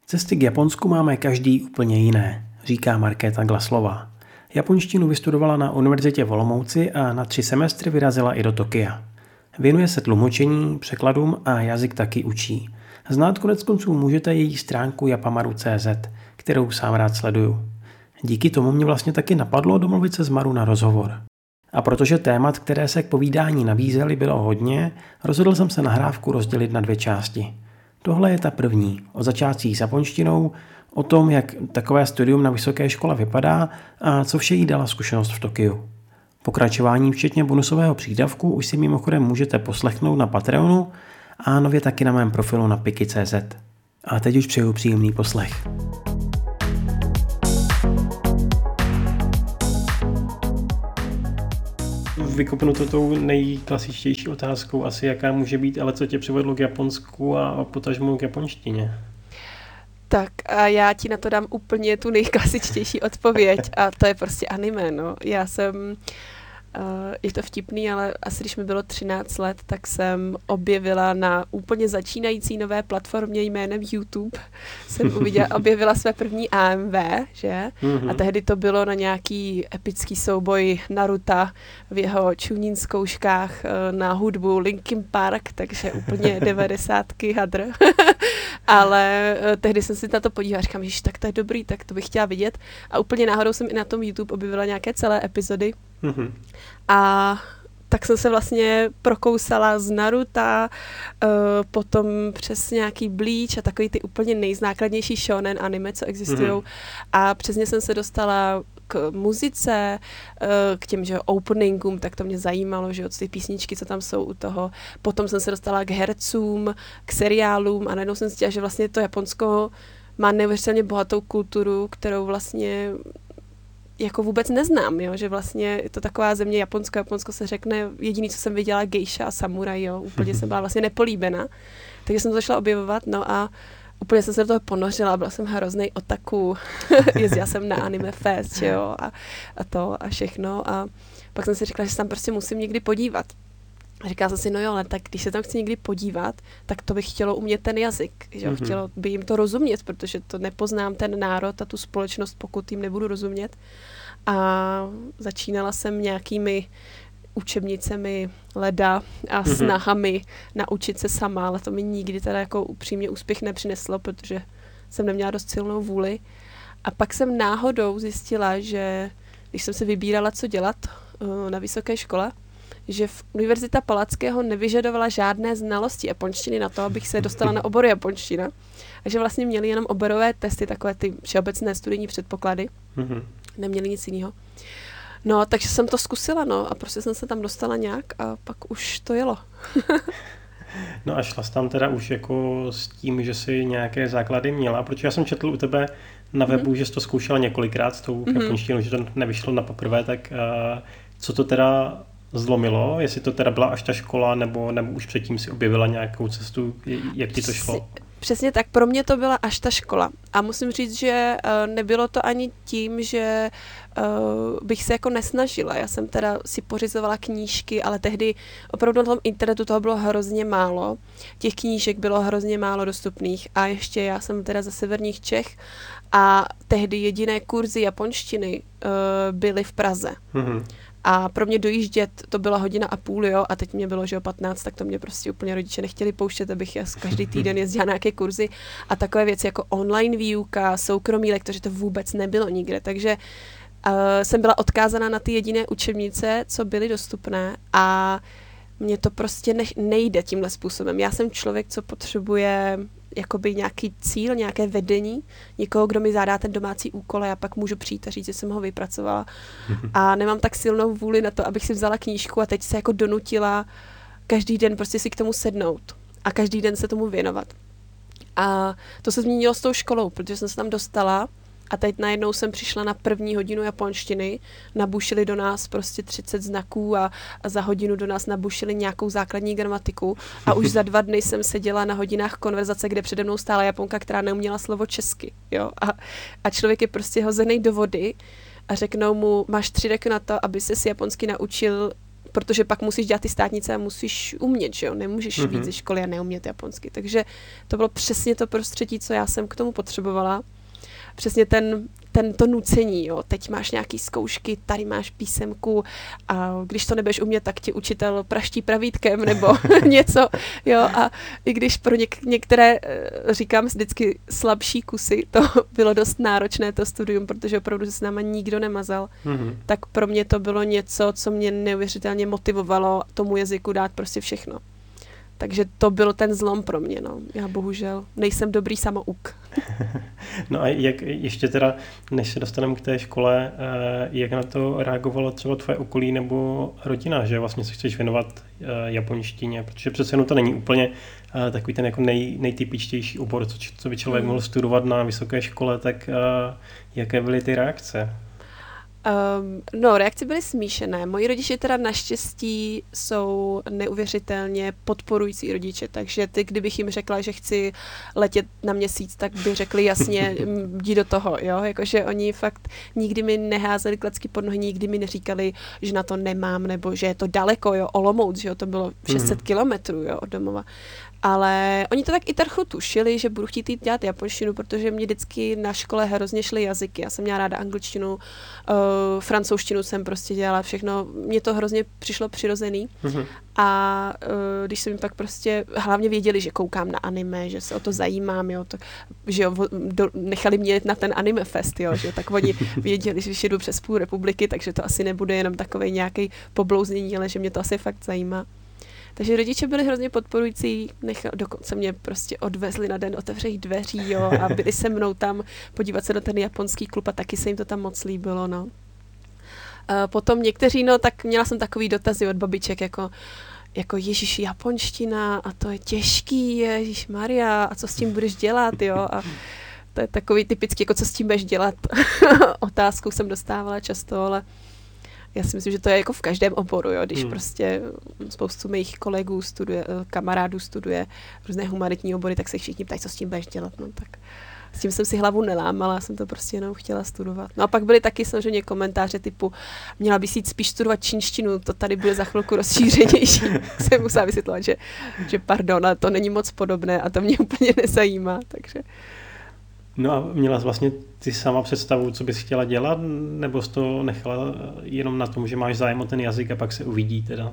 Cesty k Japonsku máme každý úplně jiné, říká Markéta Glaslová. Japonštinu vystudovala na univerzitě v Olomouci a na 3 semestry vyrazila i do Tokia. Věnuje se tlumočení, překladům a jazyk taky učí. Znát koneckonců můžete její stránku japamaru.cz, kterou sám rád sleduju. Díky tomu mě vlastně taky napadlo domluvit se s Maru na rozhovor. A protože témat, které se k povídání nabízely, bylo hodně, rozhodl jsem se nahrávku rozdělit na 2 části. Tohle je ta první, o začátcích s japonštinou, o tom, jak takové studium na vysoké škole vypadá a co vše jí dala zkušenost v Tokiu. Pokračování včetně bonusového přídavku už si mimochodem můžete poslechnout na Patreonu a nově taky na mém profilu na piky.cz. A teď už přeju příjemný poslech. Vykopnu to tou nejklasičtější otázkou asi, jaká může být, ale co tě přivedlo k Japonsku a potažmo k japonštině? Tak a já ti na to dám úplně tu nejklasičtější odpověď a to je prostě anime, no. Je to vtipný, ale asi když mi bylo 13 let, tak jsem objevila na úplně začínající nové platformě jménem YouTube, objevila své první AMV, že? A tehdy to bylo na nějaký epický souboj Naruta v jeho chunin zkouškách na hudbu Linkin Park, takže úplně 90 hadr. Ale tehdy jsem si na to podívala a říkám, že tak to je dobrý, tak to bych chtěla vidět. A úplně náhodou jsem i na tom YouTube objevila nějaké celé epizody. A tak jsem se vlastně prokousala z Naruta, potom přes nějaký Bleach a takový ty úplně nejzákladnější shonen anime, co existují. A přesně jsem se dostala k muzice, k těm, že openingům, tak to mě zajímalo, že ty písničky, co tam jsou u toho. Potom jsem se dostala k hercům, k seriálům a najednou jsem zjistila, že vlastně to Japonsko má neuvěřitelně bohatou kulturu, kterou vlastně jako vůbec neznám, jo? Že vlastně je to taková země Japonsko se řekne, jediný, co jsem viděla, gejša a samuraj, jo? Úplně jsem byla vlastně nepolíbená. Takže jsem to začala objevovat, no a úplně jsem se do toho ponořila, byla jsem hroznej otaku, jezdila jsem na Anime Fest, jo? A to a všechno a pak jsem si řekla, že se tam prostě musím někdy podívat. A říkala jsem si, no jo, ale tak když se tam chci někdy podívat, tak to bych chtělo umět ten jazyk, že chtělo by jim to rozumět, protože to nepoznám ten národ a tu společnost, pokud jim nebudu rozumět. A začínala jsem nějakými učebnicemi leda a snahami naučit se sama, ale to mi nikdy teda jako upřímně úspěch nepřineslo, protože jsem neměla dost silnou vůli. A pak jsem náhodou zjistila, že když jsem se vybírala, co dělat na vysoké škole, že Univerzita Palackého nevyžadovala žádné znalosti japonštiny na to, abych se dostala na obor japonština. A že vlastně měli jenom oborové testy, takové ty všeobecné studijní předpoklady. Neměli nic jiného. No, takže jsem to zkusila, no, a prostě jsem se tam dostala nějak a pak už to jelo. No a šla jsi tam teda už jako s tím, že jsi nějaké základy měla, protože já jsem četl u tebe na webu, že jsi to zkoušela několikrát s tou japonštinou, že to nevyšlo na poprvé, tak co to teda zlomilo? Jestli to teda byla až ta škola, nebo už předtím si objevila nějakou cestu, jak ti to šlo? Přesně tak, pro mě to byla až ta škola. A musím říct, že nebylo to ani tím, že bych se jako nesnažila. Já jsem teda si pořizovala knížky, ale tehdy opravdu na tom internetu toho bylo hrozně málo. Těch knížek bylo hrozně málo dostupných a ještě já jsem teda ze severních Čech a tehdy jediné kurzy japonštiny byly v Praze. A pro mě dojíždět to byla 1,5 hodiny, jo, a teď mě bylo, že o 15, tak to mě prostě úplně rodiče nechtěli pouštět, abych každý týden jezdila na nějaké kurzy a takové věci jako online výuka, soukromí lektoři, to vůbec nebylo nikde, takže jsem byla odkázaná na ty jediné učebnice, co byly dostupné a mně to prostě nejde tímhle způsobem. Já jsem člověk, co potřebuje jakoby nějaký cíl, nějaké vedení, někoho, kdo mi zadá ten domácí úkol a já pak můžu přijít a říct, že jsem ho vypracovala. A nemám tak silnou vůli na to, abych si vzala knížku a teď se jako donutila každý den prostě si k tomu sednout a každý den se tomu věnovat. A to se změnilo s tou školou, protože jsem se tam dostala a teď najednou jsem přišla na 1. hodinu japonštiny, nabušili do nás prostě 30 znaků a za hodinu do nás nabušili nějakou základní gramatiku a už za 2 dny jsem seděla na hodinách konverzace, kde přede mnou stála Japonka, která neuměla slovo česky, jo, a člověk je prostě hozený do vody a řeknou mu, máš 3 roky na to, aby ses japonsky naučil protože pak musíš dělat ty státnice a musíš umět, že jo, nemůžeš víc ze školy a neumět japonsky. Takže to bylo přesně to prostředí, co já jsem k tomu potřebovala. Přesně to nucení, jo. Teď máš nějaký zkoušky, tady máš písemku a když to nebudeš umět, tak ti učitel praští pravítkem nebo něco, jo. A i když pro některé, říkám vždycky slabší kusy, to bylo dost náročné to studium, protože opravdu se s náma nikdo nemazal, tak pro mě to bylo něco, co mě neuvěřitelně motivovalo tomu jazyku dát prostě všechno. Takže to byl ten zlom pro mě, no. Já bohužel nejsem dobrý samouk. No a jak ještě teda, než se dostaneme k té škole, jak na to reagovalo třeba tvoje okolí nebo rodina, že vlastně se chceš věnovat japonštině, protože přece jenom to není úplně takový ten jako nejtypičtější obor, co by člověk mohl studovat na vysoké škole, tak jaké byly ty reakce? No, reakce byly smíšené. Moji rodiče teda naštěstí jsou neuvěřitelně podporující rodiče, takže ty, kdybych jim řekla, že chci letět na měsíc, tak by řekli jasně, jdi do toho, jo, jakože oni fakt nikdy mi neházeli klacky pod nohy, nikdy mi neříkali, že na to nemám, nebo že je to daleko, jo, Olomouc, že jo, to bylo 600 kilometrů, jo, od domova. Ale oni to tak i trochu tušili, že budu chtít dělat japonštinu, protože mě vždycky na škole hrozně šly jazyky. Já jsem měla ráda angličtinu, francouzštinu jsem prostě dělala všechno. Mně to hrozně přišlo přirozený. A když jsem jim pak prostě hlavně věděli, že koukám na anime, že se o to zajímám, jo, to, že jo, nechali mě jet na ten anime fest, jo, že tak oni věděli, že jedu přes půl republiky, takže to asi nebude jenom takovej nějaký poblouznění, ale že mě to asi fakt zajímá. Takže rodiče byli hrozně podporující, dokonce mě prostě odvezli na den otevřených dveří, jo, a byli se mnou tam podívat se do ten japonský klub a taky se jim to tam moc líbilo, no. Potom někteří, no, tak měla jsem takový dotazy od babiček, jako ježiš, japonština a to je těžký, ježišmarja, a co s tím budeš dělat, jo, a to je takový typický, jako co s tím budeš dělat. Otázku jsem dostávala často, ale já si myslím, že to je jako v každém oboru, jo, když prostě spoustu mých kolegů kamarádů studuje různé humanitní obory, tak se všichni ptají, co s tím budeš dělat, no tak s tím jsem si hlavu nelámala, jsem to prostě jenom chtěla studovat. No a pak byly taky samozřejmě komentáře typu, měla bys jít spíš studovat čínštinu, to tady bude za chvilku rozšířenější. Jsem musela vysvětlovat, že pardon, ale to není moc podobné a to mě úplně nezajímá, takže... No a měla jsi vlastně ty sama představu, co bys chtěla dělat, nebo jsi to nechala jenom na tom, že máš zájem o ten jazyk a pak se uvidí teda?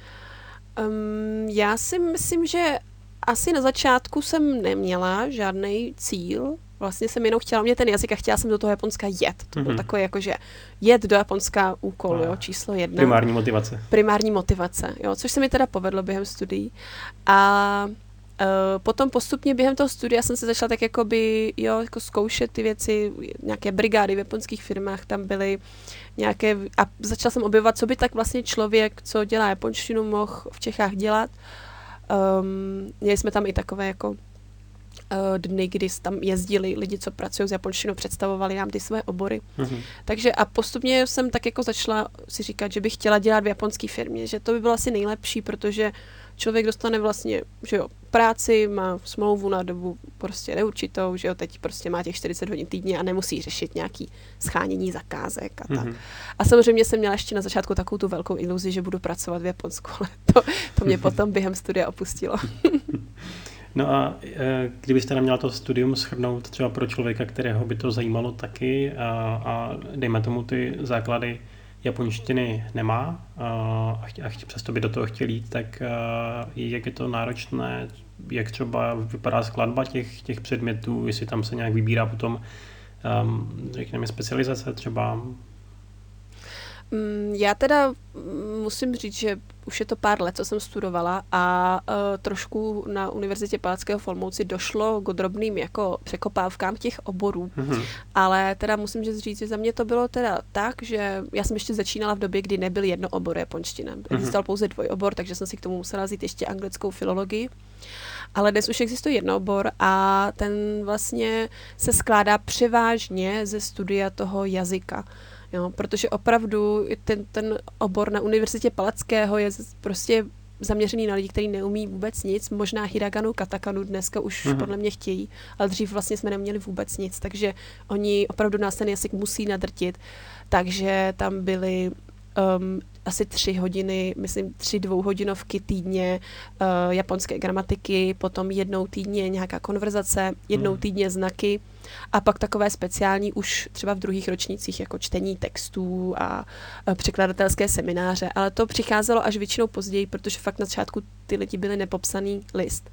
Já si myslím, že asi na začátku jsem neměla žádný cíl. Vlastně jsem jenom chtěla mě ten jazyk a chtěla jsem do toho Japonska jet. To bylo takové jakože jet do Japonska úkol, jo, číslo 1. Primární motivace, jo, což se mi teda povedlo během studií. A potom postupně během toho studia jsem se začala tak jako zkoušet ty věci, nějaké brigády v japonských firmách tam byly nějaké, a začala jsem objevovat, co by tak vlastně člověk, co dělá japonštinu, mohl v Čechách dělat. Měli jsme tam i takové jako dny, kdy tam jezdili lidi, co pracují s japonštinou, představovali nám ty své obory. Takže a postupně jsem tak jako začala si říkat, že bych chtěla dělat v japonské firmě, že to by bylo asi nejlepší, protože člověk dostane vlastně, že jo, práci, má smlouvu na dobu prostě neurčitou, že jo, teď prostě má těch 40 hodin týdně a nemusí řešit nějaký schánění zakázek a tak. A samozřejmě jsem měla ještě na začátku takovou tu velkou iluzi, že budu pracovat v Japonsku, ale to mě potom během studia opustilo. No a kdybyste nám měla to studium shrnout třeba pro člověka, kterého by to zajímalo taky a dejme tomu ty základy japonštiny nemá a přesto by do toho chtěl jít, tak jak je to náročné, jak třeba vypadá skladba těch předmětů, jestli tam se nějak vybírá potom, řekněme, specializace třeba? Já teda musím říct, že už je to pár let, co jsem studovala a trošku na Univerzitě Palackého v Olomouci došlo k drobným jako překopávkám těch oborů, ale teda musím říct, že za mě to bylo teda tak, že já jsem ještě začínala v době, kdy nebyl jedno obor japonština. Existoval pouze dvojobor, takže jsem si k tomu musela vzít ještě anglickou filologii. Ale dnes už existuje jednoobor a ten vlastně se skládá převážně ze studia toho jazyka. Jo, protože opravdu ten obor na Univerzitě Palackého je prostě zaměřený na lidi, kteří neumí vůbec nic, možná hiraganu, katakanu dneska už podle mě chtějí, ale dřív vlastně jsme neměli vůbec nic, takže oni opravdu nás ten jazyk musí nadrtit, takže tam byly asi 3 hodiny, myslím 3 dvouhodinovky týdně japonské gramatiky, potom jednou týdně nějaká konverzace, jednou týdně znaky a pak takové speciální už třeba v druhých ročnících jako čtení textů a překladatelské semináře, ale to přicházelo až většinou později, protože fakt na začátku ty lidi byli nepopsaný list.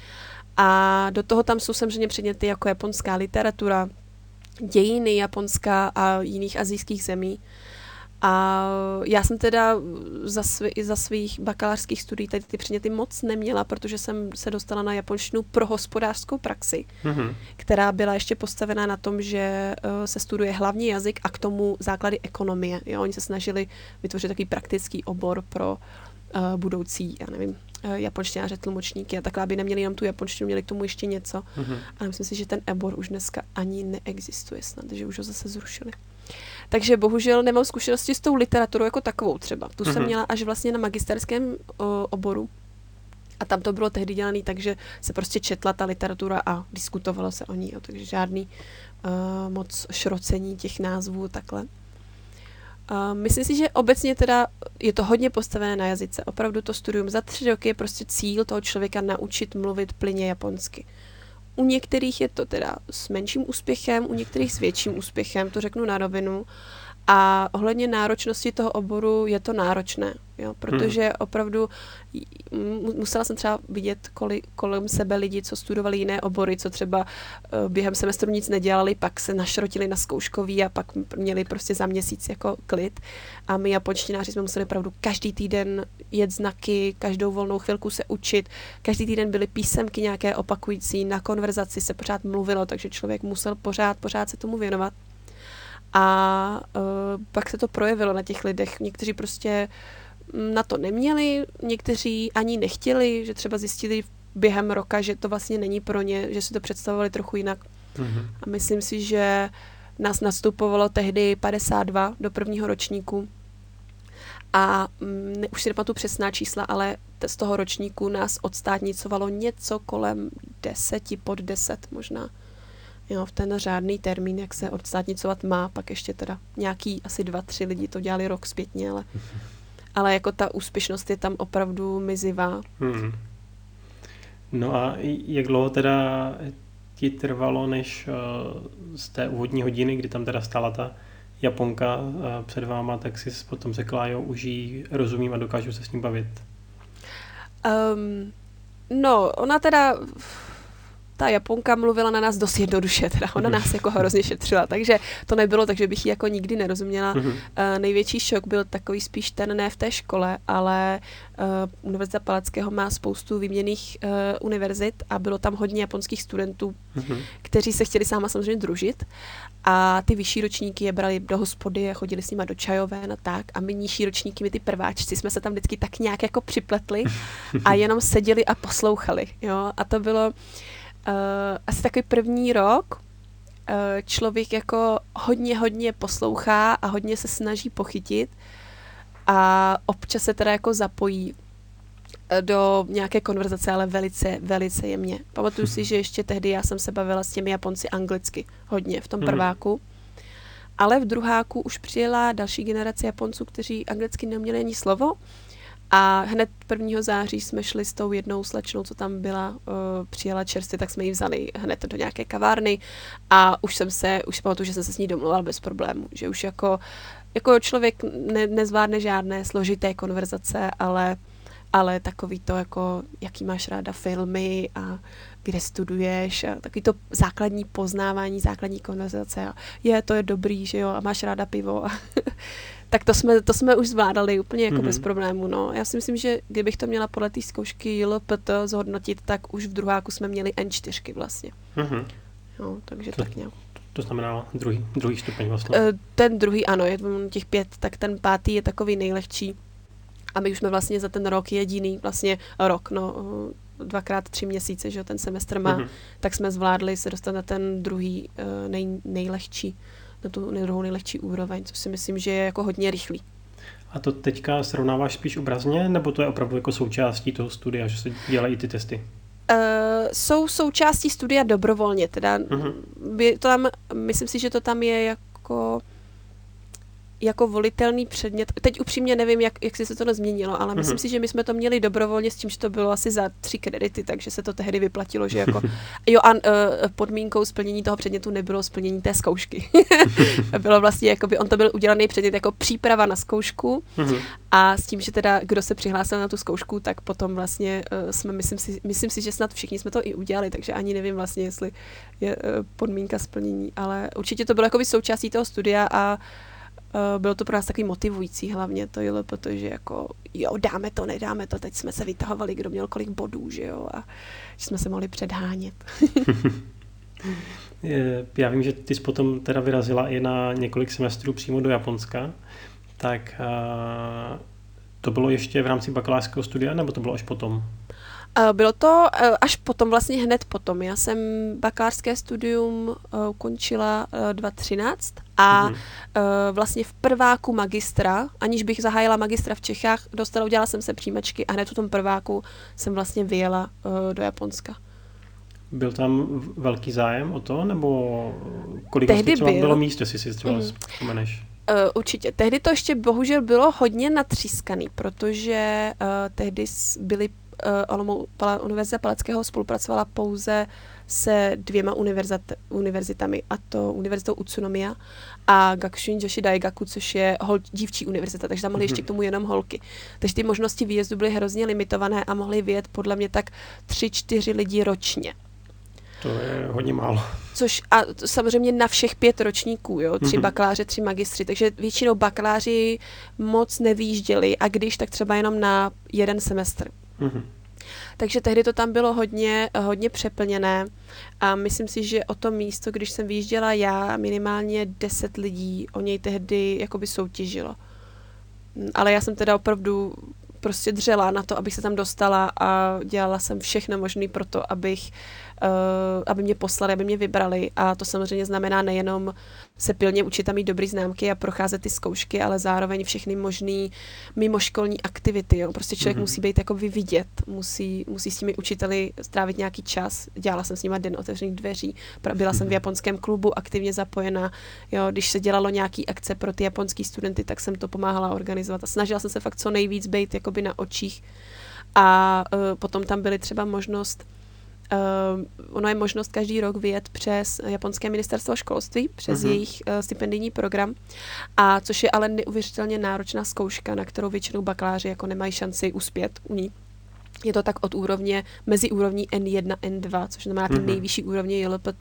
A do toho tam jsou samozřejmě předměty jako japonská literatura, dějiny Japonska a jiných asijských zemí. A já jsem teda za svých bakalářských studií tady ty předměty moc neměla, protože jsem se dostala na japonštinu pro hospodářskou praxi, která byla ještě postavená na tom, že se studuje hlavní jazyk a k tomu základy ekonomie. Jo? Oni se snažili vytvořit takový praktický obor pro budoucí, já nevím, japonštěnáře, tlumočníky a takhle, aby neměli jenom tu japonštinu, měli k tomu ještě něco. Ale myslím si, že ten obor už dneska ani neexistuje snad, že už ho zase zrušili. Takže bohužel nemám zkušenosti s tou literaturou jako takovou třeba. Tu jsem měla až vlastně na magisterském oboru a tam to bylo tehdy dělané, takže se prostě četla ta literatura a diskutovalo se o ní, jo, takže žádný moc šrocení těch názvů takhle. Myslím si, že obecně teda je to hodně postavené na jazyce. Opravdu to studium za 3 roky je prostě cíl toho člověka naučit mluvit plynně japonsky. U některých je to teda s menším úspěchem, u některých s větším úspěchem, to řeknu na rovinu. A ohledně náročnosti toho oboru je to náročné, jo, protože opravdu musela jsem třeba vidět kolem sebe lidi, co studovali jiné obory, co třeba během semestru nic nedělali, pak se našrotili na zkouškový a pak měli prostě za měsíc jako klid. A my japonštináři jsme museli opravdu každý týden jet znaky, každou volnou chvilku se učit, každý týden byly písemky nějaké opakující, na konverzaci se pořád mluvilo, takže člověk musel pořád se tomu věnovat. A pak se to projevilo na těch lidech. Někteří prostě na to neměli, někteří ani nechtěli, že třeba zjistili během roka, že to vlastně není pro ně, že si to představovali trochu jinak. A myslím si, že nás nastupovalo tehdy 52 do prvního ročníku. A už si nepamatuju přesná čísla, ale z toho ročníku nás odstátnicovalo něco kolem 10, pod 10 možná. Jo, v ten řádný termín, jak se odstátnicovat má, pak ještě teda nějaký asi 2-3 lidi to dělali rok zpětně, ale jako ta úspěšnost je tam opravdu mizivá. No a jak dlouho teda ti trvalo, než z té úvodní hodiny, kdy tam teda stála ta Japonka před váma, tak si potom řekla, jo, už jí rozumím a dokážu se s ním bavit? No, ona teda... Ta Japonka mluvila na nás dost jednoduše, teda ona nás jako hrozně šetřila, takže to nebylo tak, že bych ji jako nikdy nerozuměla. Největší šok byl takový spíš ten ne v té škole, ale Univerzita Palackého má spoustu výměnných univerzit a bylo tam hodně japonských studentů, kteří se chtěli samozřejmě družit a ty vyšší ročníky je brali do hospody a chodili s nima do čajoven a tak a my nižší ročníky, my ty prváčci jsme se tam vždycky tak nějak jako připletli a jenom seděli a poslouchali, jo, a to bylo asi takový první rok člověk jako hodně poslouchá a hodně se snaží pochytit a občas se teda jako zapojí do nějaké konverzace, ale velice jemně. Pamatuju si, že ještě tehdy já jsem se bavila s těmi Japonci anglicky hodně v tom prváku, ale v druháku už přijela další generace Japonců, kteří anglicky neuměli ani slovo. A hned 1. září jsme šli s tou jednou slečnou, co tam byla, přijela čerstvě, tak jsme ji vzali hned do nějaké kavárny a už pamatuju, že jsem se s ní domluvila bez problémů, že už jako člověk nezvládne žádné složité konverzace, ale takový to jako, jaký máš ráda filmy a kde studuješ a takový to základní poznávání, základní konverzace a to je dobrý, že jo, a máš ráda pivo a tak to jsme už zvládali úplně jako bez problému, no. Já si myslím, že kdybych to měla podle té zkoušky JLPT zhodnotit, tak už v druháku jsme měli N4 vlastně. Jo, takže tak nějak. To znamená druhý stupeň vlastně. Ten druhý, ano, je těch 5, tak ten 5. je takový nejlehčí. A my už jsme vlastně za ten rok jediný, vlastně rok, no, 2x3 měsíce, že ten semestr má, tak jsme zvládli se dostat na ten druhý nejlehčí, na tu druhou nejlehčí úroveň, což si myslím, že je jako hodně rychlý. A to teďka srovnáváš spíš obrazně, nebo to je opravdu jako součástí toho studia, že se dělají i ty testy? Jsou součástí studia dobrovolně, teda to tam, myslím si, že to tam je jako jako volitelný předmět. Teď upřímně nevím, jak se to nezměnilo, ale myslím si, že my jsme to měli dobrovolně s tím, že to bylo asi za 3 kredity, takže se to tehdy vyplatilo, že jako jo a podmínkou splnění toho předmětu nebylo splnění té zkoušky. Bylo vlastně, jakoby, on to byl udělaný předmět jako příprava na zkoušku a s tím, že teda kdo se přihlásil na tu zkoušku, tak potom vlastně jsme, myslím si, že snad všichni jsme to i udělali, takže ani nevím vlastně, jestli je podmínka splnění, ale určitě to bylo jakoby součástí toho studia a bylo to pro nás takový motivující hlavně to jelo, protože jako jo, dáme to, nedáme to, teď jsme se vytahovali, kdo měl kolik bodů, že jo, a že jsme se mohli předhánět. Já vím, že ty jsi potom teda vyrazila i na několik semestrů přímo do Japonska, tak to bylo ještě v rámci bakalářského studia, nebo to bylo až potom? Bylo to až potom, vlastně hned potom. Já jsem bakalářské studium ukončila 2013 a vlastně v prváku magistra, aniž bych zahájila magistra v Čechách, udělala jsem se přijímačky a hned v tom prváku jsem vlastně vyjela do Japonska. Byl tam velký zájem o to, nebo kolik vlastně třeba bylo míst, jestli si třeba vzpomeneš? Určitě. Tehdy to ještě bohužel bylo hodně natřískaný, protože tehdy byly Univerzita Palackého spolupracovala pouze se 2 univerzitami, a to univerzitou Utsunomiya a Gakushuin Joshi Daigaku, což je dívčí univerzita, takže tam mohly ještě k tomu jenom holky. Takže ty možnosti výjezdu byly hrozně limitované a mohly vyjet podle mě tak 3-4 lidi ročně. To je hodně málo. Což a samozřejmě na všech 5 ročníků, jo, 3 bakaláře, 3 magistry, takže většinou bakaláři moc nevýjížděli a když, tak třeba jenom na 1 semestr. Takže tehdy to tam bylo hodně přeplněné a myslím si, že o to místo, když jsem vyjížděla já, minimálně 10 lidí o něj tehdy jakoby soutěžilo. Ale já jsem teda opravdu prostě dřela na to, abych se tam dostala a dělala jsem všechno možné pro to, aby mě poslali, aby mě vybrali a to samozřejmě znamená nejenom se pilně učit a mít dobrý známky a procházet ty zkoušky, ale zároveň všechny možný mimoškolní aktivity. Jo. Prostě člověk musí být jako vidět, musí s těmi učiteli strávit nějaký čas. Dělala jsem s nimi den otevřených dveří, byla jsem v japonském klubu aktivně zapojena. Jo. Když se dělalo nějaký akce pro ty japonský studenty, tak jsem to pomáhala organizovat a snažila jsem se fakt co nejvíc být jakoby na očích. A potom tam byly třeba možnost ono je možnost každý rok vyjet přes japonské ministerstvo školství, přes jejich stipendijní program, a což je ale neuvěřitelně náročná zkouška, na kterou většinou bakaláři jako nemají šanci uspět u ní. Je to tak od úrovně, mezi úrovní N1, N2, což znamená ty nejvyšší úrovně JLPT.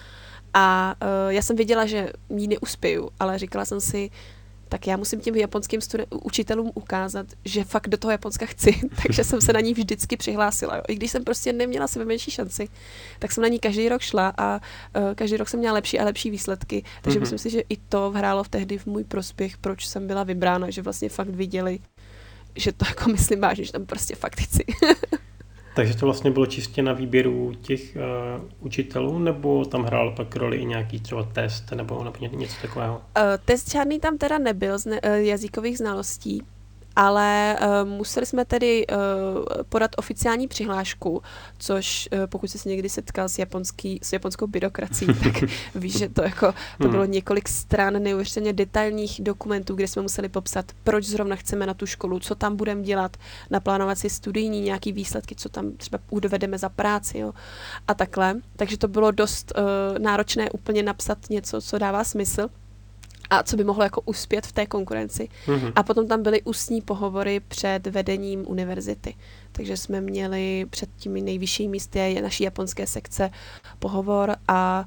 A já jsem věděla, že ní neuspěju, ale říkala jsem si, tak já musím těm japonským učitelům ukázat, že fakt do toho Japonska chci, takže jsem se na ní vždycky přihlásila. Jo. I když jsem prostě neměla sebe menší šanci, tak jsem na ní každý rok šla a každý rok jsem měla lepší a lepší výsledky. Takže myslím si, že i to hrálo tehdy v můj prospěch, proč jsem byla vybrána, že vlastně fakt viděli, že to jako myslím vážně, že tam prostě fakt chci. Takže to vlastně bylo čistě na výběru těch učitelů, nebo tam hrál pak roli i nějaký třeba test nebo něco takového? Test žádný tam teda nebyl z jazykových znalostí, ale museli jsme tedy podat oficiální přihlášku, což pokud jsi se někdy setkal s japonskou byrokracií, tak víš, že to bylo několik stran neuvěřitelně detailních dokumentů, kde jsme museli popsat, proč zrovna chceme na tu školu, co tam budeme dělat, naplánovat si studijní nějaký výsledky, co tam třeba dovedeme za práci, jo, a takhle. Takže to bylo dost náročné úplně napsat něco, co dává smysl a co by mohlo jako uspět v té konkurenci. A potom tam byly ústní pohovory před vedením univerzity. Takže jsme měli před těmi nejvyššími místy naší japonské sekce pohovor a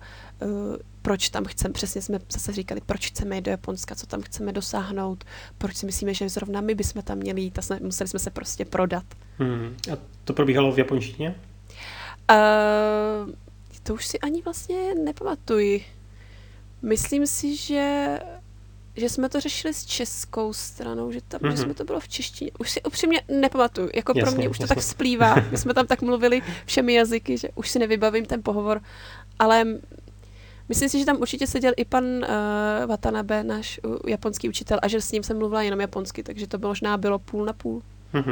proč tam chceme, přesně jsme zase říkali, proč chceme jít do Japonska, co tam chceme dosáhnout, proč si myslíme, že zrovna my bychom tam měli jít a museli jsme se prostě prodat. A to probíhalo v japonštině? To už si ani vlastně nepamatuji. Myslím si, že jsme to řešili s českou stranou, že jsme to bylo v češtině. Už si upřímně nepamatuju. Jako pro mě už to tak splývá. My jsme tam tak mluvili všemi jazyky, že už si nevybavím ten pohovor. Ale myslím si, že tam určitě seděl i pan Watanabe, náš japonský učitel, a že s ním jsem mluvila jenom japonsky, takže to možná bylo půl na půl.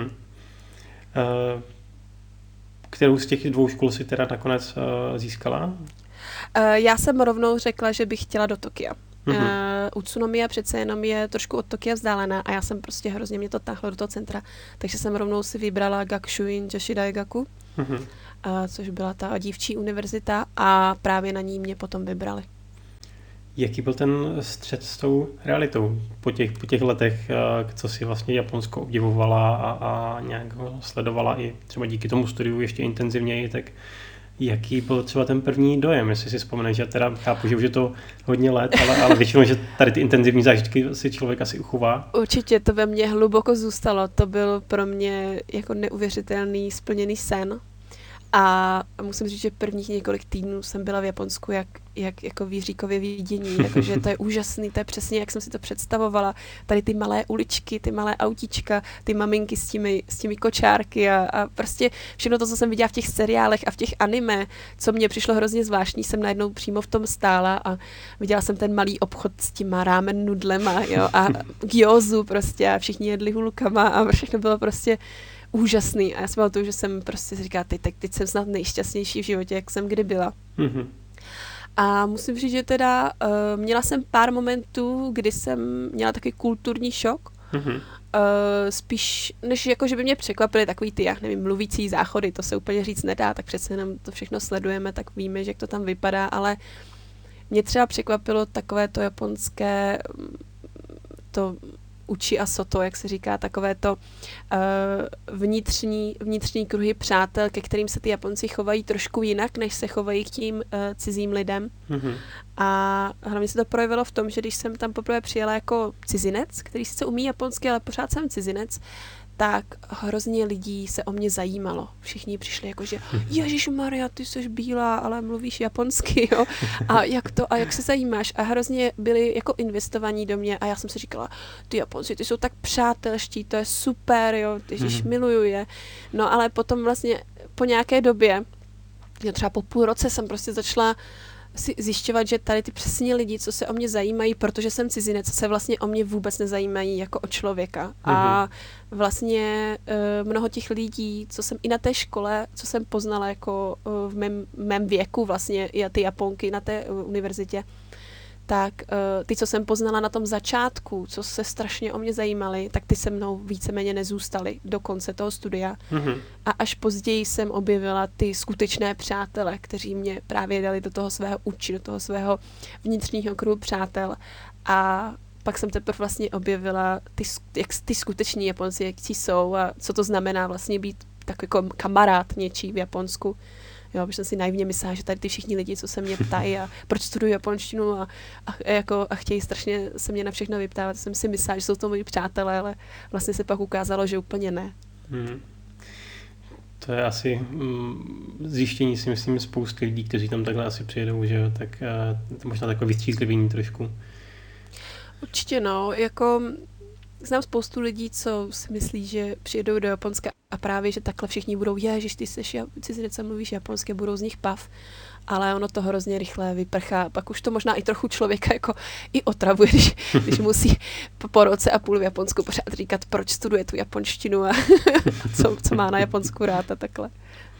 Kterou z těch 2 škol si teda nakonec získala? Já jsem rovnou řekla, že bych chtěla do Tokia. Utsunomiya přece jenom je trošku od Tokia vzdálená a já jsem prostě hrozně mě to táhlo do toho centra, takže jsem rovnou si vybrala Gakushuin Joshi Daigaku, což byla ta dívčí univerzita a právě na ní mě potom vybrali. Jaký byl ten střet s tou realitou po těch letech, co si vlastně Japonsko obdivovala a nějak ho sledovala i třeba díky tomu studiu ještě intenzivněji, tak jaký byl třeba ten první dojem, jestli si vzpomeneš, že teda chápu, že už je to hodně let, ale většinou, že tady ty intenzivní zážitky si člověk asi uchová. Určitě to ve mně hluboko zůstalo, to byl pro mě jako neuvěřitelný splněný sen. A musím říct, že prvních několik týdnů jsem byla v Japonsku jak jako výříkově vidění, jakože to je úžasný, to je přesně, jak jsem si to představovala. Tady ty malé uličky, ty malé autíčka, ty maminky s těmi kočárky a prostě všechno to, co jsem viděla v těch seriálech a v těch anime, co mně přišlo hrozně zvláštní, jsem najednou přímo v tom stála a viděla jsem ten malý obchod s těma ramen nudlema, jo, a gyozu prostě a všichni jedli hulkama a všechno bylo prostě úžasný. A já si pamatuju, že jsem prostě si říkala, teď jsem snad nejšťastnější v životě, jak jsem kdy byla. Mm-hmm. A musím říct, že teda měla jsem pár momentů, kdy jsem měla takový kulturní šok. Mm-hmm. Spíš, než jako, že by mě překvapily takový ty, já nevím, mluvící záchody, to se úplně říct nedá, tak přece jenom to všechno sledujeme, tak víme, že jak to tam vypadá, ale mě třeba překvapilo takové to japonské, to uchi a soto, jak se říká, takové to vnitřní kruhy přátel, ke kterým se ty Japonci chovají trošku jinak, než se chovají k tím cizím lidem. Mm-hmm. A hlavně se to projevilo v tom, že když jsem tam poprvé přijela jako cizinec, který sice umí japonsky, ale pořád jsem cizinec, tak hrozně lidí se o mě zajímalo. Všichni přišli jako, že Ježišmarja, ty jsi bílá, ale mluvíš japonsky, jo? A jak to, a jak se zajímáš? A hrozně byli jako investovaní do mě a já jsem si říkala, ty Japonci, ty jsou tak přátelští, to je super, jo, ježiš, miluju je. No ale potom vlastně po nějaké době, třeba po půl roce jsem prostě začala si zjišťovat, že tady ty přesně lidi, co se o mě zajímají, protože jsem cizinec, se vlastně o mě vůbec nezajímají jako o člověka. A vlastně mnoho těch lidí, co jsem i na té škole, co jsem poznala jako v mém věku vlastně, ty Japonky na té univerzitě, tak ty, co jsem poznala na tom začátku, co se strašně o mě zajímali, tak ty se mnou víceméně nezůstaly do konce toho studia. Mm-hmm. A až později jsem objevila ty skutečné přátele, kteří mě právě dali do toho svého uči, do toho svého vnitřního kruhu přátel. A pak jsem teprve vlastně objevila jak ty skuteční Japonci, jak ti jsou a co to znamená vlastně být tak jako kamarád něčí v Japonsku. Jo, protože jsem si naivně myslela, že tady ty všichni lidi, co se mě ptají a proč studuju japonštinu a chtějí strašně se mě na všechno vyptávat, jsem si myslela, že jsou to moji přátelé, ale vlastně se pak ukázalo, že úplně ne. To je asi zjištění, si myslím, spousty lidí, kteří tam takhle asi přijedou, že jo, tak to možná takové vystřízlivění trošku. Určitě no, jako znám spoustu lidí, co si myslí, že přijedou do Japonska a právě, že takhle všichni budou, ježiš, ty jsi cizinec a mluvíš japonsky, budou z nich pav, ale ono to hrozně rychle vyprchá. Pak už to možná i trochu člověka jako i otravuje, když musí po roce a půl v Japonsku pořád říkat, proč studuje tu japonštinu a co má na Japonsku rád a takhle.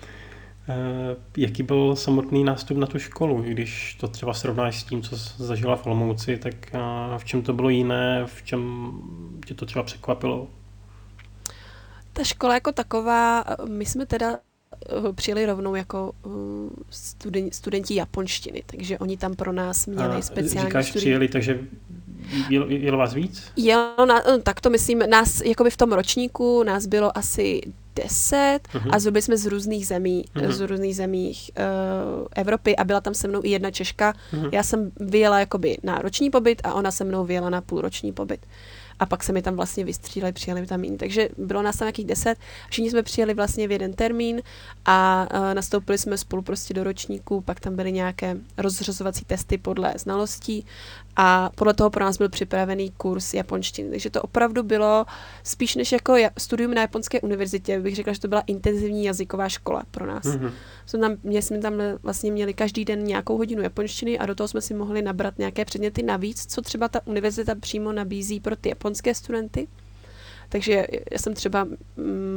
Jaký byl samotný nástup na tu školu, když to třeba srovnáš s tím, co jsi zažila v Olomouci, tak v čem to bylo jiné, v čem tě to třeba překvapilo? Ta škola jako taková, my jsme teda přijeli rovnou jako studenti japonštiny, takže oni tam pro nás měli speciální Říkáš přijeli, takže jelo vás víc? Tak to myslím, nás jakoby v tom ročníku nás bylo asi 10 a byli jsme z různých zemí Evropy a byla tam se mnou i jedna Češka. Já jsem vyjela jakoby na roční pobyt a ona se mnou vyjela na půlroční pobyt. A pak se mi tam vlastně vystřídali, přijeli mi tam jiní. Takže bylo nás tam nějakých 10. Všichni jsme přijeli vlastně v jeden termín a nastoupili jsme spolu prostě do ročníku, pak tam byly nějaké rozřazovací testy podle znalostí a podle toho pro nás byl připravený kurz japonštiny. Takže to opravdu bylo spíš než jako studium na japonské univerzitě, bych řekla, že to byla intenzivní jazyková škola pro nás. Jsme tam vlastně měli každý den nějakou hodinu japonštiny a do toho jsme si mohli nabrat nějaké předměty navíc, co třeba ta univerzita přímo nabízí pro ty japonské studenty. Takže já jsem třeba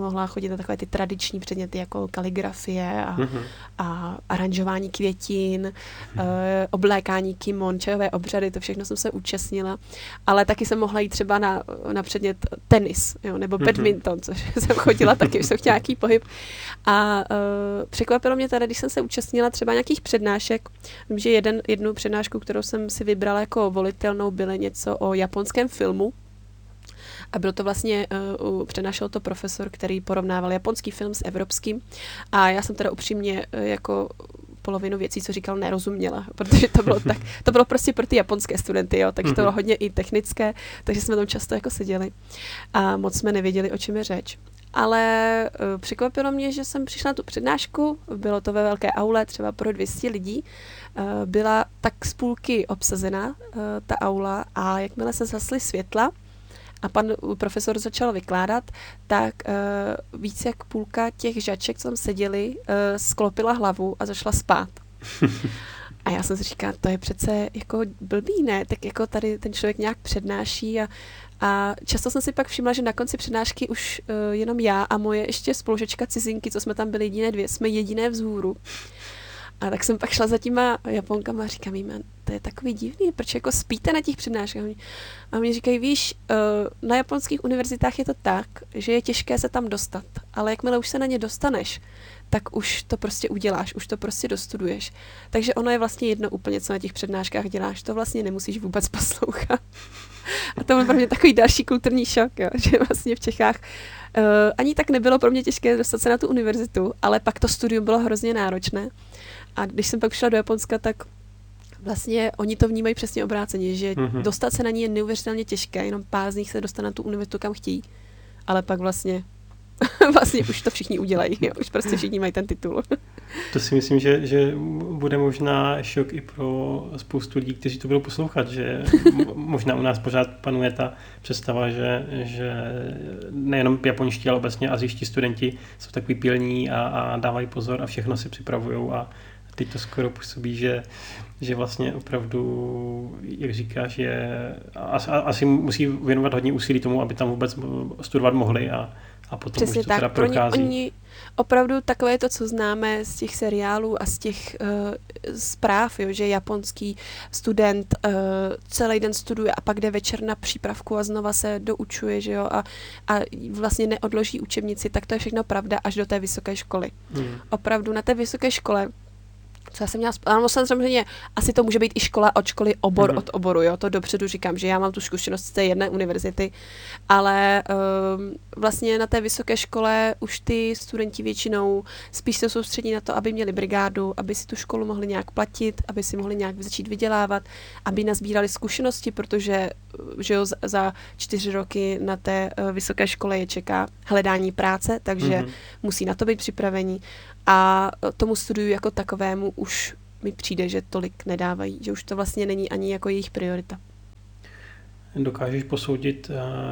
mohla chodit na takové ty tradiční předměty jako kaligrafie a aranžování květin, oblékání kimon, čajové obřady, to všechno jsem se účastnila. Ale taky jsem mohla jít třeba na předmět tenis, jo, nebo badminton, což jsem chodila taky, už jsem chtěla nějaký pohyb. A překvapilo mě tady, když jsem se účastnila třeba nějakých přednášek. Vím, že jednu přednášku, kterou jsem si vybrala jako volitelnou, bylo něco o japonském filmu. A bylo to vlastně, přednášel to profesor, který porovnával japonský film s evropským. A já jsem teda upřímně jako polovinu věcí, co říkal, nerozuměla, protože to bylo prostě pro ty japonské studenty, jo, takže to bylo hodně i technické, takže jsme tam často jako seděli a moc jsme nevěděli, o čem je řeč. Ale překvapilo mě, že jsem přišla na tu přednášku, bylo to ve velké aule, třeba pro 200 lidí, byla tak z půlky obsazená ta aula a jakmile se zhasly světla a pan profesor začal vykládat, tak víc jak půlka těch žaček, co tam seděli, sklopila hlavu a začala spát. A já jsem si říkala, to je přece jako blbý, ne? Tak jako tady ten člověk nějak přednáší a často jsem si pak všimla, že na konci přednášky už jenom já a moje ještě spolužačka cizinky, co jsme tam byli jediné 2, jsme jediné vzhůru. A tak jsem pak šla za těma Japonkama a říkám jim, to je takový divný, proč jako spíte na těch přednáškách? A oni říkají, víš, na japonských univerzitách je to tak, že je těžké se tam dostat, ale jakmile už se na ně dostaneš, tak už to prostě uděláš, už to prostě dostuduješ. Takže ono je vlastně jedno úplně, co na těch přednáškách děláš, to vlastně nemusíš vůbec poslouchat. A to byl pro mě takový další kulturní šok, jo, že vlastně v Čechách ani tak nebylo pro mě těžké dostat se na tu univerzitu, ale pak to studium bylo hrozně náročné. A když jsem pak šla do Japonska, tak vlastně oni to vnímají přesně obráceně, že dostat se na ní je neuvěřitelně těžké, jenom pár z nich se dostane na tu univerzitu, kam chtějí. Ale pak vlastně už to všichni udělají, jo. Už prostě všichni mají ten titul. To si myslím, že bude možná šok i pro spoustu lidí, kteří to budou poslouchat, že možná u nás pořád panuje ta představa, že nejenom japonští, ale obecně asijští studenti jsou takový pilní a dávají pozor a všechno si připravujou a teď to skoro působí, že vlastně opravdu, jak říkáš, asi musí věnovat hodně úsilí tomu, aby tam vůbec studovat mohli a potom přesně už to tak, teda prochází. Oni opravdu takové to, co známe z těch seriálů a z těch zpráv, jo, že japonský student celý den studuje a pak jde večer na přípravku a znova se doučuje, že jo, a vlastně neodloží učebnici, tak to je všechno pravda až do té vysoké školy. Opravdu na té vysoké škole, co já jsem měla, ale samozřejmě asi to může být i škola od školy, obor od oboru, jo, to dopředu říkám, že já mám tu zkušenost z té jedné univerzity, ale vlastně na té vysoké škole už ty studenti většinou spíš se soustředí na to, aby měli brigádu, aby si tu školu mohli nějak platit, aby si mohli nějak začít vydělávat, aby nazbírali zkušenosti, protože že jo, za 4 roky na té vysoké škole je čeká hledání práce, takže musí na to být připravení. A tomu studiu jako takovému už mi přijde, že tolik nedávají, že už to vlastně není ani jako jejich priorita. Dokážeš posoudit,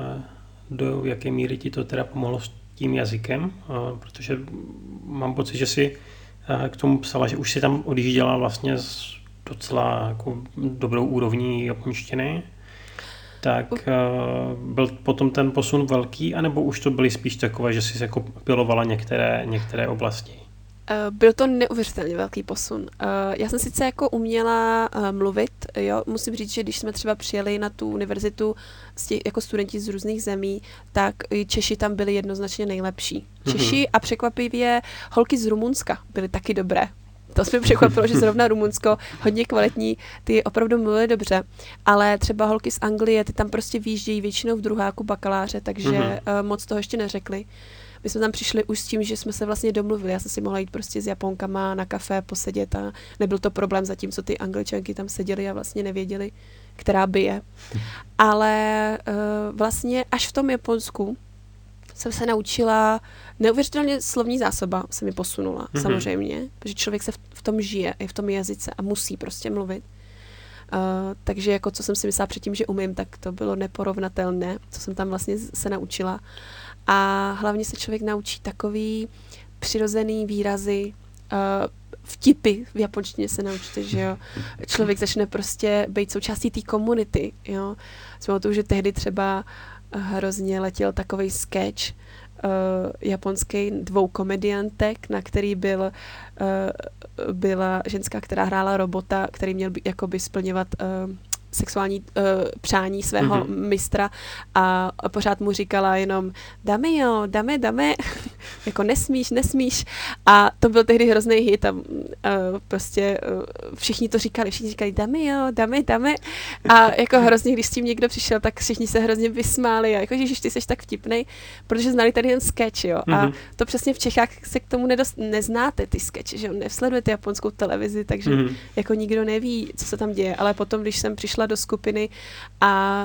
do jaké míry ti to teda pomohlo s tím jazykem? Protože mám pocit, že si k tomu psala, že už si tam odjížděla vlastně s docela jako dobrou úrovní japonštiny. Tak byl potom ten posun velký, anebo už to byly spíš takové, že jsi jako pilovala některé oblasti? Byl to neuvěřitelně velký posun. Já jsem sice jako uměla mluvit, jo, musím říct, že když jsme třeba přijeli na tu univerzitu jako studenti z různých zemí, tak Češi tam byli jednoznačně nejlepší. Češi a překvapivě holky z Rumunska byly taky dobré. To mě překvapilo, že zrovna Rumunsko, hodně kvalitní, ty opravdu mluvily dobře, ale třeba holky z Anglie, ty tam prostě výjíždějí většinou v druháku bakaláře, takže moc toho ještě neřekli. My jsme tam přišli už s tím, že jsme se vlastně domluvili. Já jsem si mohla jít prostě s Japonkama na kafe posedět a nebyl to problém, zatímco ty Angličanky tam seděly a vlastně nevěděli, která by je. Ale vlastně až v tom Japonsku jsem se naučila, neuvěřitelně slovní zásoba se mi posunula, samozřejmě, protože člověk se v tom žije, i v tom jazyce a musí prostě mluvit. Takže jako co jsem si myslela předtím, že umím, tak to bylo neporovnatelné, co jsem tam vlastně se naučila. A hlavně se člověk naučí takový přirozený výrazy, vtipy v japonštině se naučíte, že jo. Člověk začne prostě být součástí té komunity, jo. Jsme o tom, že tehdy třeba hrozně letěl takovej sketch, japonský 2 komediantek, na který byla ženská, která hrála robota, který měl jakoby splňovat sexuální přání svého mistra a pořád mu říkala jenom dáme jo, dáme, jako nesmíš. A to byl tehdy hrozný hit a prostě všichni to říkali, dáme jo, dáme. A jako hrozně, když s tím někdo přišel, tak všichni se hrozně vysmáli a jako, ježiš, ty seš tak vtipnej, protože znali tady jen sketch, jo. A to přesně v Čechách se k tomu neznáte ty sketchy, že jo, nesledujete japonskou televizi, takže jako nikdo neví, co se tam děje, ale potom, když jsem přišla do skupiny a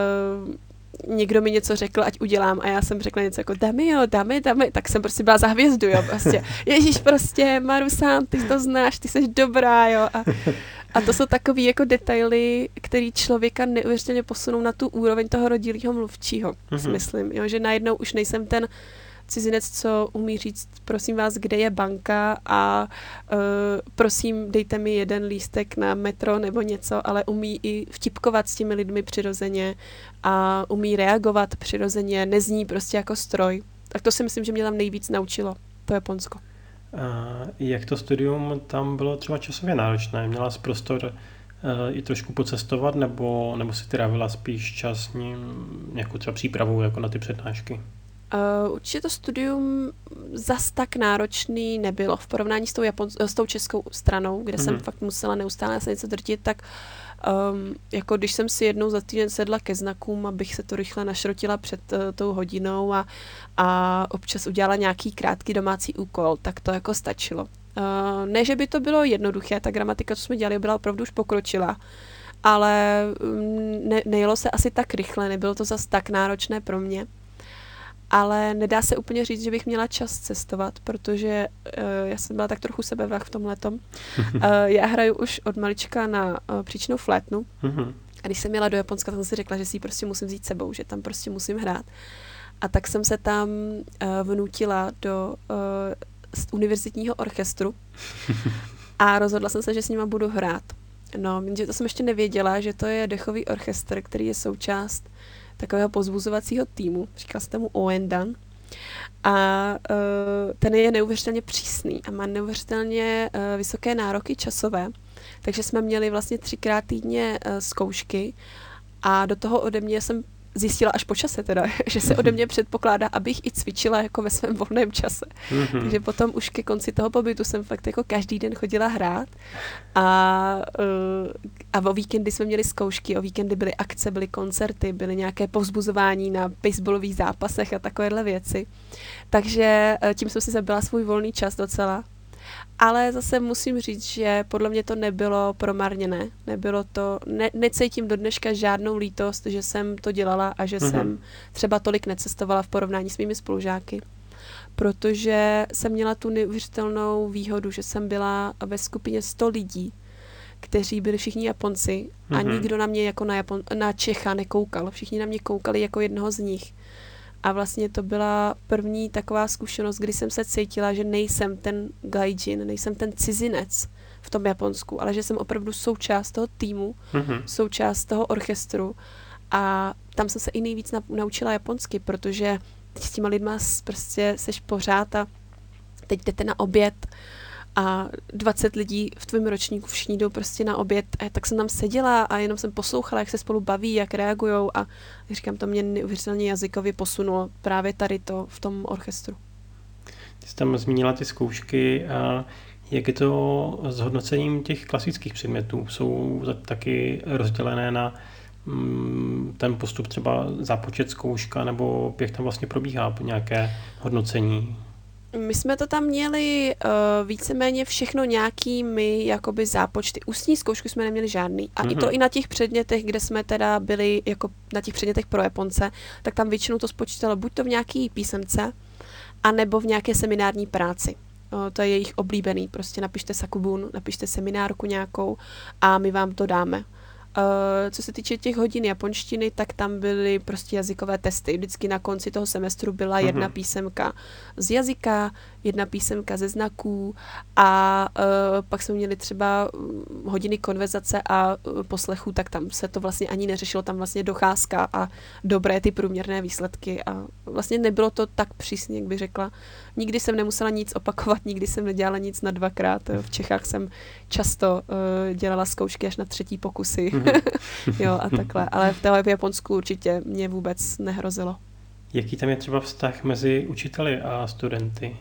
někdo mi něco řekl, ať udělám a já jsem řekla něco jako dáme, tak jsem prostě byla za hvězdu, jo, prostě. Ježíš, prostě, Maru-san, ty to znáš, ty jsi dobrá, jo. A to jsou takový jako detaily, který člověka neuvěřitelně posunou na tu úroveň toho rodilého mluvčího, myslím, jo, že najednou už nejsem ten cizinec, co umí říct, prosím vás, kde je banka a prosím, dejte mi 1 lístek na metro nebo něco, ale umí i vtipkovat s těmi lidmi přirozeně a umí reagovat přirozeně, nezní prostě jako stroj. Tak to si myslím, že mě tam nejvíc naučilo, to Japonsko. Jak to studium tam bylo třeba časově náročné? Měla jsi prostor i trošku pocestovat, nebo si trávila spíš čas nějakou třeba přípravu jako na ty přednášky? Určitě to studium zas tak náročný nebylo v porovnání s tou českou stranou, kde jsem fakt musela neustále se něco drtit, tak jako když jsem si jednou za týden sedla ke znakům, abych se to rychle našrotila před tou hodinou a občas udělala nějaký krátký domácí úkol, tak to jako stačilo. Ne, že by to bylo jednoduché, ta gramatika, co jsme dělali, byla opravdu už pokročila, ale nejelo se asi tak rychle, nebylo to zas tak náročné pro mě. Ale nedá se úplně říct, že bych měla čas cestovat, protože já jsem byla tak trochu sebevrah v tomhletom. Já hraju už od malička na příčnou flétnu. A když jsem jela do Japonska, tak jsem si řekla, že si ji prostě musím vzít sebou, že tam prostě musím hrát. A tak jsem se tam vnutila do univerzitního orchestru a rozhodla jsem se, že s nima budu hrát. No, jenže to jsem ještě nevěděla, že to je dechový orchestr, který je součást takového pozbuzovacího týmu, říkal se tomu Oendan. A ten je neuvěřitelně přísný a má neuvěřitelně vysoké nároky časové, takže jsme měli vlastně 3krát týdně zkoušky a do toho ode mě jsem zjistila až po čase teda, že se ode mě předpokládá, abych i cvičila jako ve svém volném čase. Takže potom už ke konci toho pobytu jsem fakt jako každý den chodila hrát a o víkendy jsme měli zkoušky, o víkendy byly akce, byly koncerty, byly nějaké povzbuzování na baseballových zápasech a takovéhle věci. Takže tím jsem si zabila svůj volný čas docela. Ale zase musím říct, že podle mě to nebylo promarněné. Nebylo to, necítím do dneška žádnou lítost, že jsem to dělala a že jsem třeba tolik necestovala v porovnání s mými spolužáky. Protože jsem měla tu neuvěřitelnou výhodu, že jsem byla ve skupině 100 lidí, kteří byli všichni Japonci a nikdo na mě jako na Čecha nekoukal. Všichni na mě koukali jako jednoho z nich. A vlastně to byla první taková zkušenost, kdy jsem se cítila, že nejsem ten gaijin, nejsem ten cizinec v tom Japonsku, ale že jsem opravdu součást toho týmu, součást toho orchestru. A tam jsem se i nejvíc naučila japonsky, protože teď s těma lidma prostě seš pořád a teď jdete na oběd a 20 lidí v tvém ročníku všichni jdou prostě na oběd a tak jsem tam seděla a jenom jsem poslouchala, jak se spolu baví, jak reagujou a říkám, to mě neuvěřitelně jazykově posunulo právě tady to v tom orchestru. Ty jsi tam zmínila ty zkoušky a jak je to s hodnocením těch klasických předmětů? Jsou taky rozdělené na ten postup třeba zápočet zkouška nebo jak tam vlastně probíhá nějaké hodnocení? My jsme to tam měli víceméně všechno nějakými jakoby zápočty. Ústní zkoušky jsme neměli žádný. A i to i na těch předmětech, kde jsme teda byli jako na těch předmětech pro Japonce, tak tam většinou to spočítalo buď to v nějaký písemce, anebo v nějaké seminární práci. To je jejich oblíbený. Prostě napište sakubun, napište seminárku nějakou a my vám to dáme. Co se týče těch hodin japonštiny, tak tam byly prostě jazykové testy. Vždycky na konci toho semestru byla jedna písemka z jazyka, jedna písemka ze znaků a pak jsme měli třeba hodiny konverzace a poslechů, tak tam se to vlastně ani neřešilo, tam vlastně docházka a dobré ty průměrné výsledky a vlastně nebylo to tak přísně, jak bych řekla. Nikdy jsem nemusela nic opakovat, nikdy jsem nedělala nic na dvakrát. V Čechách jsem často dělala zkoušky až na 3. pokusy. Jo, a takhle. Ale v Japonsku určitě mě vůbec nehrozilo. Jaký tam je třeba vztah mezi učiteli a studenty?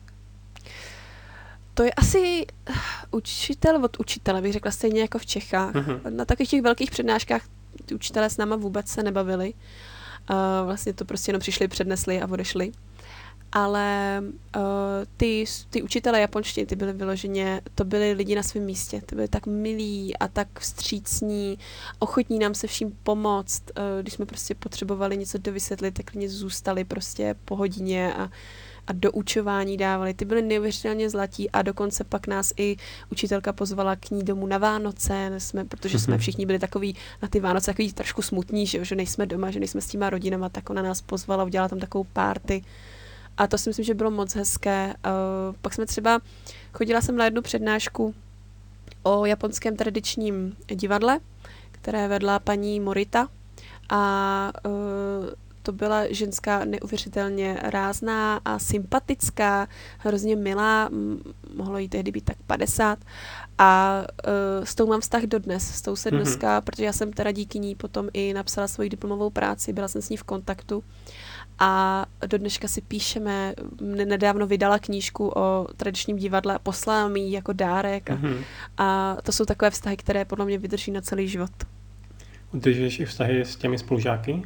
To je asi učitel od učitele, bych řekla stejně jako v Čechách. Na takových těch velkých přednáškách ty učitelé s náma vůbec se nebavili. Vlastně to prostě jenom přišli, přednesli a odešli. Ale ty učitelé japonštiny, ty byly vyloženě, to byli lidi na svém místě, ty byli tak milí a tak vstřícní, ochotní nám se vším pomoct, když jsme prostě potřebovali něco dovysvětlit, tak klidně zůstali prostě po hodině a doučování dávali. Ty byly neuvěřitelně zlatí a dokonce pak nás i učitelka pozvala k ní domů na Vánoce, protože jsme všichni byli takový na ty Vánoce takový trošku smutní, že nejsme doma, že nejsme s těma rodinama, tak ona nás pozvala, udělala tam takovou party. A to si myslím, že bylo moc hezké. Pak chodila jsem na jednu přednášku o japonském tradičním divadle, které vedla paní Morita a to byla ženská neuvěřitelně rázná a sympatická, hrozně milá, mohlo jí tehdy být tak 50 a s tou mám vztah dodnes, s tou se dneska, protože já jsem teda díky ní potom i napsala svoji diplomovou práci, byla jsem s ní v kontaktu a do dneška si píšeme, nedávno vydala knížku o tradičním divadle a poslala mi ji jako dárek a to jsou takové vztahy, které podle mě vydrží na celý život. Udržuješ i vztahy s těmi spolužáky?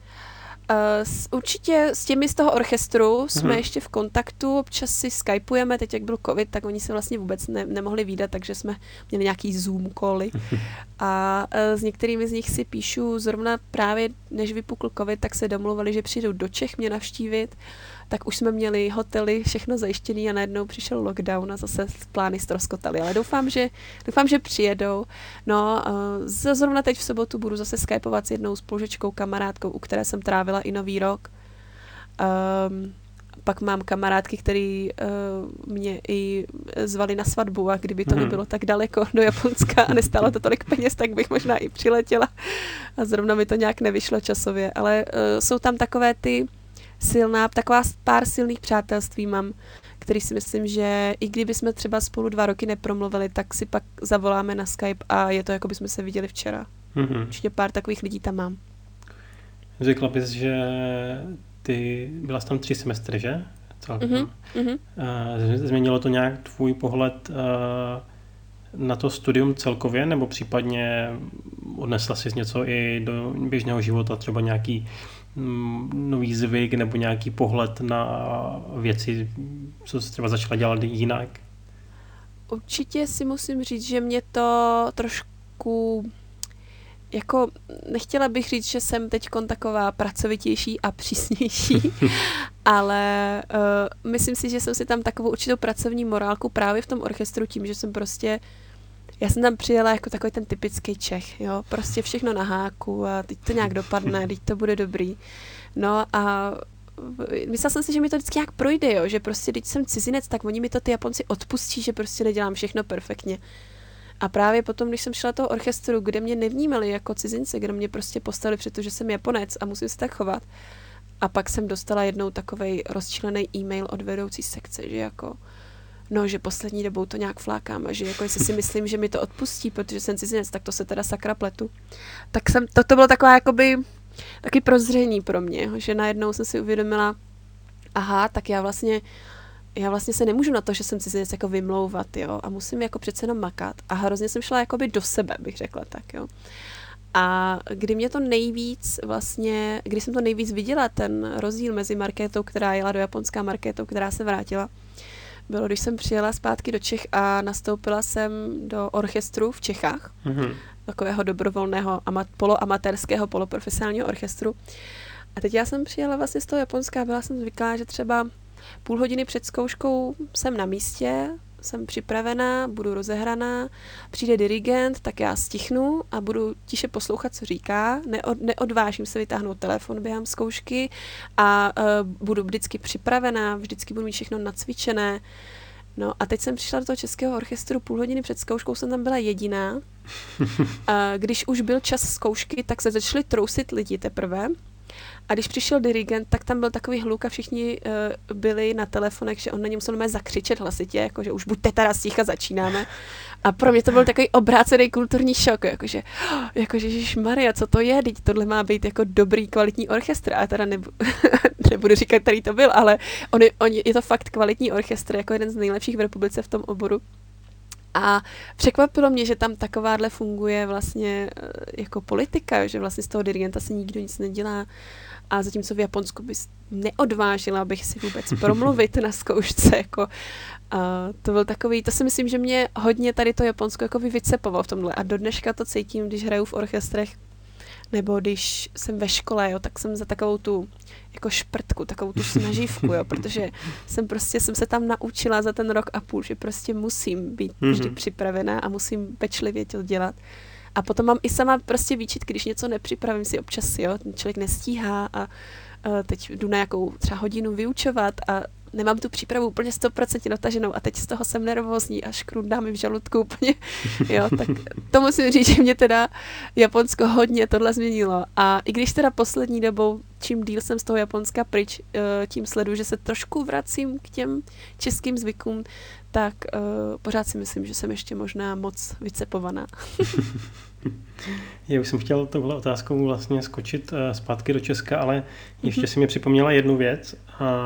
Určitě s těmi z toho orchestru jsme ještě v kontaktu, občas si skypujeme, teď jak byl covid, tak oni se vlastně vůbec nemohli vídat, takže jsme měli nějaký Zoom cally a s některými z nich si píšu, zrovna právě než vypukl covid, tak se domluvali, že přijdou do Čech mě navštívit, tak už jsme měli hotely, všechno zajištěné a najednou přišel lockdown a zase plány ztroskotaly, ale doufám, že přijedou. No, zrovna teď v sobotu budu zase skypovat s jednou spolužečkou, kamarádkou, u které jsem trávila i Nový rok. Pak mám kamarádky, které mě i zvali na svatbu a kdyby to nebylo tak daleko do Japonska a nestálo to tolik peněz, tak bych možná i přiletěla a zrovna mi to nějak nevyšlo časově, ale jsou tam takové ty pár silných přátelství mám, který si myslím, že i kdyby jsme třeba spolu 2 roky nepromluvili, tak si pak zavoláme na Skype a je to, jako by jsme se viděli včera. Určitě pár takových lidí tam mám. Řekla bys, že ty byla jsi tam 3 semestry, že? Změnilo to nějak tvůj pohled na to studium celkově, nebo případně odnesla jsi něco i do běžného života, třeba nějaký nový zvyk nebo nějaký pohled na věci, co jsi třeba začala dělat jinak? Určitě si musím říct, že mě to trošku jako nechtěla bych říct, že jsem teďkon taková pracovitější a přísnější, ale myslím si, že jsem si tam takovou určitou pracovní morálku právě v tom orchestru tím, že jsem prostě já jsem tam přijela jako takový ten typický Čech, jo, prostě všechno na háku a teď to nějak dopadne, teď to bude dobrý. No a myslela jsem si, že mi to vždycky nějak projde, jo, že prostě když jsem cizinec, tak oni mi to ty Japonci odpustí, že prostě nedělám všechno perfektně. A právě potom, když jsem šla do toho orchestru, kde mě nevnímali jako cizince, kde mě prostě postavili před to, že jsem Japonec a musím se tak chovat. A pak jsem dostala jednou takovej rozčilený e-mail od vedoucí sekce, že jako no, že poslední dobou to nějak flákám a že jako jestli si myslím, že mi to odpustí, protože jsem cizinec, tak to se teda sakra pletu. Tak to bylo taková jakoby taky prozření pro mě, že najednou jsem si uvědomila, aha, tak já vlastně se nemůžu na to, že jsem cizinec jako vymlouvat, jo, a musím jako přece jenom makat. A hrozně jsem šla jakoby do sebe, bych řekla tak, jo. A kdy jsem to nejvíc viděla, ten rozdíl mezi Markétou, která jela do Japonska, a Markétou, která se vrátila, bylo, když jsem přijela zpátky do Čech a nastoupila jsem do orchestru v Čechách, takového dobrovolného poloamatérského, poloprofesionálního orchestru. A teď já jsem přijela vlastně z toho Japonska a byla jsem zvyklá, že třeba půl hodiny před zkouškou jsem na místě, jsem připravená, budu rozehraná, přijde dirigent, tak já stichnu a budu tiše poslouchat, co říká, neodvážím se vytáhnout telefon během zkoušky a budu vždycky připravená, vždycky budu mít všechno nacvičené. No a teď jsem přišla do toho Českého orchestru, půl hodiny před zkouškou jsem tam byla jediná. A když už byl čas zkoušky, tak se začali trousit lidi teprve. A když přišel dirigent, tak tam byl takový hluk a všichni byli na telefonech, že on na něm musel zakřičet hlasitě, jakože už buďte teda sticha, začínáme. A pro mě to byl takový obrácený kulturní šok, jakože ježišmarja, co to je, teď tohle má být jako dobrý, kvalitní orchestr. A teda nebudu říkat, který to byl, ale je to fakt kvalitní orchestr, jako jeden z nejlepších v republice v tom oboru. A překvapilo mě, že tam takováhle funguje vlastně jako politika, že vlastně z toho dirigenta se nikdo nic nedělá. A zatímco v Japonsku bys neodvážila, abych si vůbec promluvit na zkoušce. Jako, to byl takový, to si myslím, že mě hodně tady to Japonsko jako vycepovalo v tomhle. A do dneška to cítím, když hraju v orchestrech, nebo když jsem ve škole, jo, tak jsem za takovou tu jako šprtku, takovou tu snažívku, jo, protože jsem se tam naučila za ten rok a půl, že prostě musím být vždy připravená a musím pečlivě to dělat. A potom mám i sama prostě výčitky, když něco nepřipravím si občas, jo, člověk nestíhá a teď jdu na jakou třeba hodinu vyučovat a nemám tu přípravu úplně 100% dotaženou a teď z toho jsem nervózní a škrundá mi v žaludku úplně, jo, tak to musím říct, že mě teda Japonsko hodně tohle změnilo a i když teda poslední dobou, čím díl jsem z toho Japonska pryč, tím sleduju, že se trošku vracím k těm českým zvykům, tak pořád si myslím, že jsem ještě možná moc vycepovaná. Já už jsem chtěl touhle otázkou vlastně skočit zpátky do Česka, ale ještě si mi připomněla jednu věc.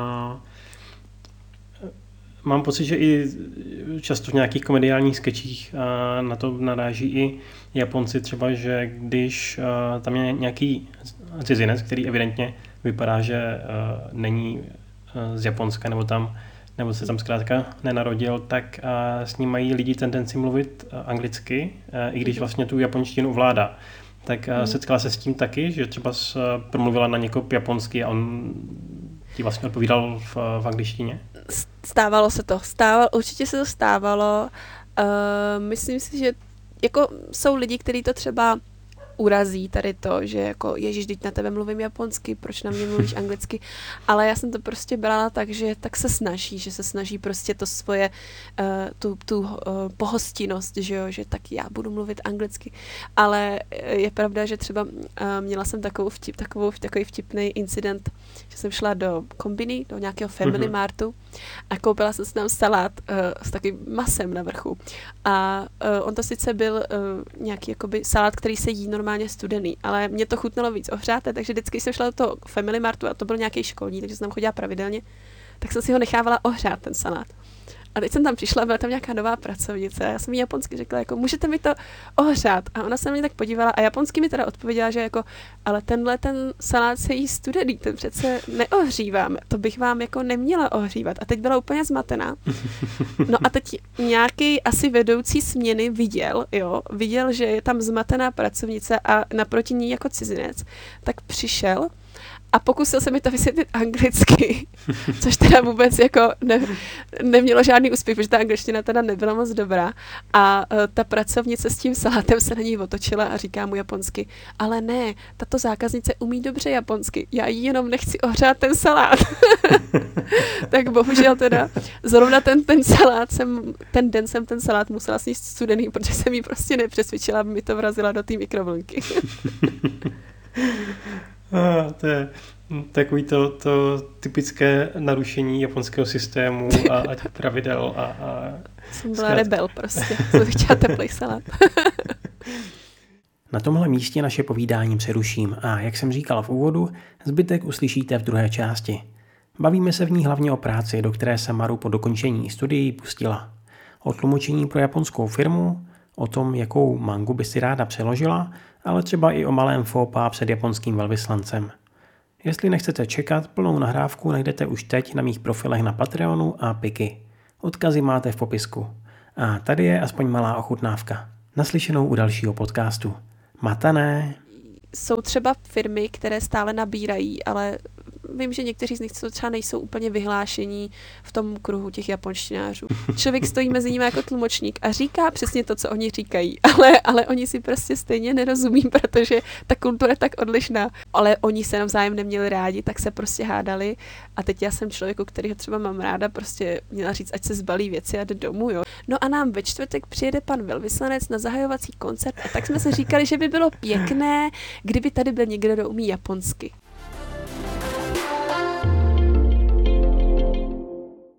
Mám pocit, že i často v nějakých komediálních skečích na to naráží i Japonci třeba, že když tam je nějaký cizinec, který evidentně vypadá, že není z Japonska nebo se tam zkrátka nenarodil, tak s ním mají lidi tendenci mluvit anglicky, i když vlastně tu japonštinu ovládá. Tak setkala se s tím taky, že třeba promluvila na někoho japonsky a on ti vlastně odpovídal v angličtině? Stávalo se to. Určitě se to stávalo. Myslím si, že jako jsou lidi, kteří to třeba urazí tady to, že jako ježiš, teď na tebe mluvím japonsky, proč na mě mluvíš anglicky, ale já jsem to prostě brala tak, že tak se snaží prostě to svoje, tu pohostinnost, že jo, že tak já budu mluvit anglicky, ale je pravda, že třeba měla jsem takový vtipný incident, že jsem šla do kombiny, do nějakého Family Martu a koupila jsem si tam salát s takovým masem na vrchu a on to sice byl nějaký jakoby salát, který se jí normálně studený, ale mě to chutnalo víc ohřáté, takže vždycky jsem šla do toho Family Martu a to byl nějaký školní, takže jsem tam chodila pravidelně, tak jsem si ho nechávala ohřát, ten salát. A teď jsem tam přišla, byla tam nějaká nová pracovnice a já jsem jí japonsky řekla, jako můžete mi to ohřát? A ona se na mě tak podívala a japonsky mi teda odpověděla, že jako, ale ten salát se jí studený, ten přece neohříváme, to bych vám jako neměla ohřívat. A teď byla úplně zmatená. No a teď nějaký asi vedoucí směny viděl, že je tam zmatená pracovnice a naproti ní jako cizinec, tak přišel a pokusil se mi to vysvětlit anglicky, což teda vůbec jako nemělo žádný úspěch, protože ta angličtina teda nebyla moc dobrá. A ta pracovnice s tím salátem se na ní otočila a říká mu japonsky, ale ne, tato zákaznice umí dobře japonsky, já jí jenom nechci ohřát ten salát. Tak bohužel teda zrovna ten salát ten den jsem ten salát musela sníst studený, protože jsem jí prostě nepřesvědčila, aby mi to vrazila do té mikrovlnky. To je takový to typické narušení japonského systému a těch pravidel. Jsem byla rebel prostě, co bych chtěla teplej salát. Na tomhle místě naše povídání přeruším a jak jsem říkal v úvodu, zbytek uslyšíte v druhé části. Bavíme se v ní hlavně o práci, do které se Maru po dokončení studií pustila. O tlumočení pro japonskou firmu, o tom, jakou mangu by si ráda přeložila, ale třeba i o malém faux pas před japonským velvyslancem. Jestli nechcete čekat, plnou nahrávku najdete už teď na mých profilech na Patreonu a Piky. Odkazy máte v popisku. A tady je aspoň malá ochutnávka. Naslyšenou u dalšího podcastu. Matané! Jsou třeba firmy, které stále nabírají, ale vím, že někteří z nich třeba nejsou úplně vyhlášení v tom kruhu těch japonštinářů. Člověk stojí mezi nimi jako tlumočník a říká přesně to, co oni říkají, ale oni si prostě stejně nerozumí, protože ta kultura je tak odlišná. Ale oni se navzájem neměli rádi, tak se prostě hádali a teď já jsem člověku, kterýho třeba mám ráda, prostě měla říct, ať se zbalí věci a jde domů, jo. No a nám ve čtvrtek přijede pan velvyslanec na zahajovací koncert a tak jsme se říkali, že by bylo pěkné, kdyby tady byl někdo, kdo umí japonsky.